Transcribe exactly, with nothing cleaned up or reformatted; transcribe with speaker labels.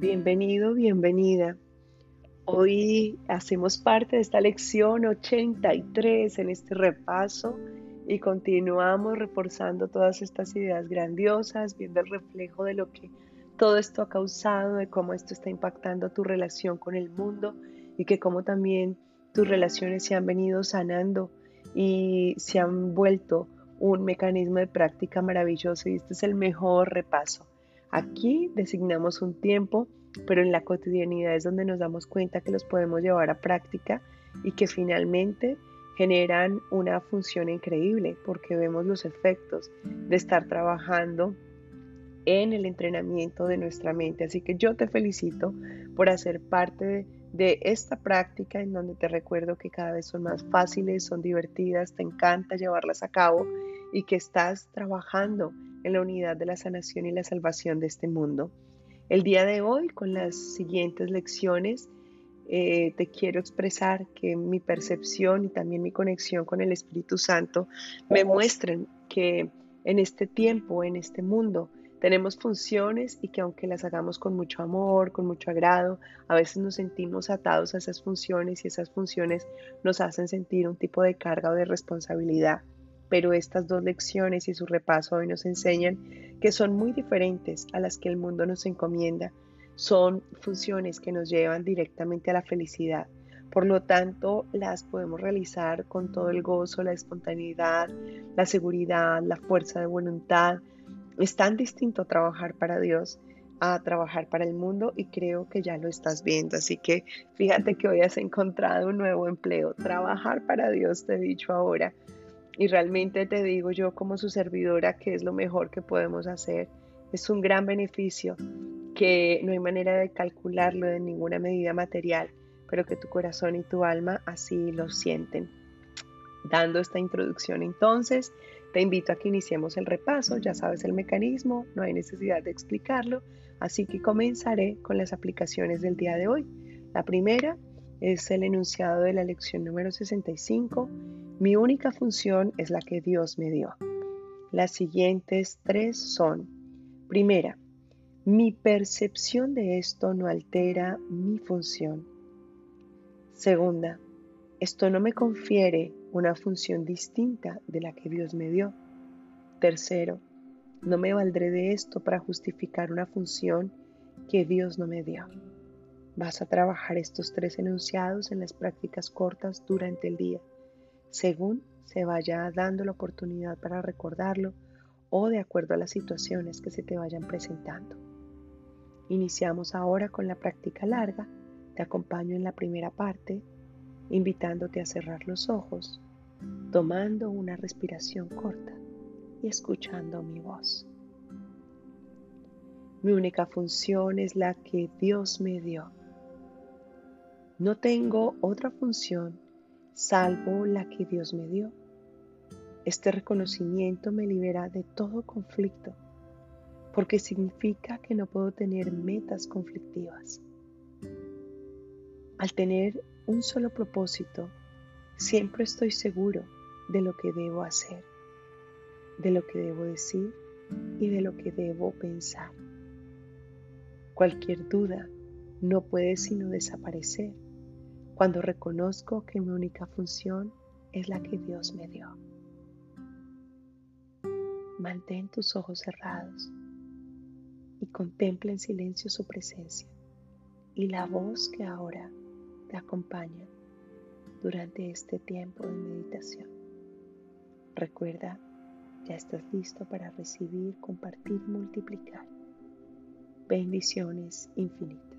Speaker 1: Bienvenido, bienvenida. Hoy hacemos parte de esta lección ochenta y tres en este repaso y continuamos reforzando todas estas ideas grandiosas, viendo el reflejo de lo que todo esto ha causado, de cómo esto está impactando tu relación con el mundo y que cómo también tus relaciones se han venido sanando y se han vuelto un mecanismo de práctica maravilloso, y este es el mejor repaso. Aquí designamos un tiempo, pero en la cotidianidad es donde nos damos cuenta que los podemos llevar a práctica y que finalmente generan una función increíble, porque vemos los efectos de estar trabajando en el entrenamiento de nuestra mente. Así que yo te felicito por hacer parte de, de esta práctica, en donde te recuerdo que cada vez son más fáciles, son divertidas, te encanta llevarlas a cabo y que estás trabajando en la unidad de la sanación y la salvación de este mundo. El día de hoy, con las siguientes lecciones, eh, te quiero expresar que mi percepción y también mi conexión con el Espíritu Santo me muestren que en este tiempo, en este mundo, tenemos funciones y que aunque las hagamos con mucho amor, con mucho agrado, a veces nos sentimos atados a esas funciones y esas funciones nos hacen sentir un tipo de carga o de responsabilidad. Pero estas dos lecciones y su repaso hoy nos enseñan que son muy diferentes a las que el mundo nos encomienda. Son funciones que nos llevan directamente a la felicidad. Por lo tanto, las podemos realizar con todo el gozo, la espontaneidad, la seguridad, la fuerza de voluntad. Es tan distinto trabajar para Dios a trabajar para el mundo, y creo que ya lo estás viendo. Así que fíjate que hoy has encontrado un nuevo empleo. Trabajar para Dios, te he dicho ahora. Y realmente te digo yo, como su servidora, que es lo mejor que podemos hacer. Es un gran beneficio que no hay manera de calcularlo de ninguna medida material, pero que tu corazón y tu alma así lo sienten. Dando esta introducción, entonces, te invito a que iniciemos el repaso. Ya sabes el mecanismo, no hay necesidad de explicarlo, así que comenzaré con las aplicaciones del día de hoy. La primera es el enunciado de la lección número sesenta y cinco. Mi única función es la que Dios me dio. Las siguientes tres son: primera, mi percepción de esto no altera mi función. Segunda, esto no me confiere una función distinta de la que Dios me dio. Tercero, no me valdré de esto para justificar una función que Dios no me dio. Vas a trabajar estos tres enunciados en las prácticas cortas durante el día, según se vaya dando la oportunidad para recordarlo o de acuerdo a las situaciones que se te vayan presentando. Iniciamos ahora con la práctica larga. Te acompaño en la primera parte, invitándote a cerrar los ojos, tomando una respiración corta y escuchando mi voz. Mi única función es la que Dios me dio. No tengo otra función salvo la que Dios me dio. Este reconocimiento me libera de todo conflicto, porque significa que no puedo tener metas conflictivas. Al tener un solo propósito, siempre estoy seguro de lo que debo hacer, de lo que debo decir y de lo que debo pensar. Cualquier duda no puede sino desaparecer cuando reconozco que mi única función es la que Dios me dio. Mantén tus ojos cerrados y contempla en silencio su presencia y la voz que ahora te acompaña durante este tiempo de meditación. Recuerda, ya estás listo para recibir, compartir y multiplicar. Bendiciones infinitas.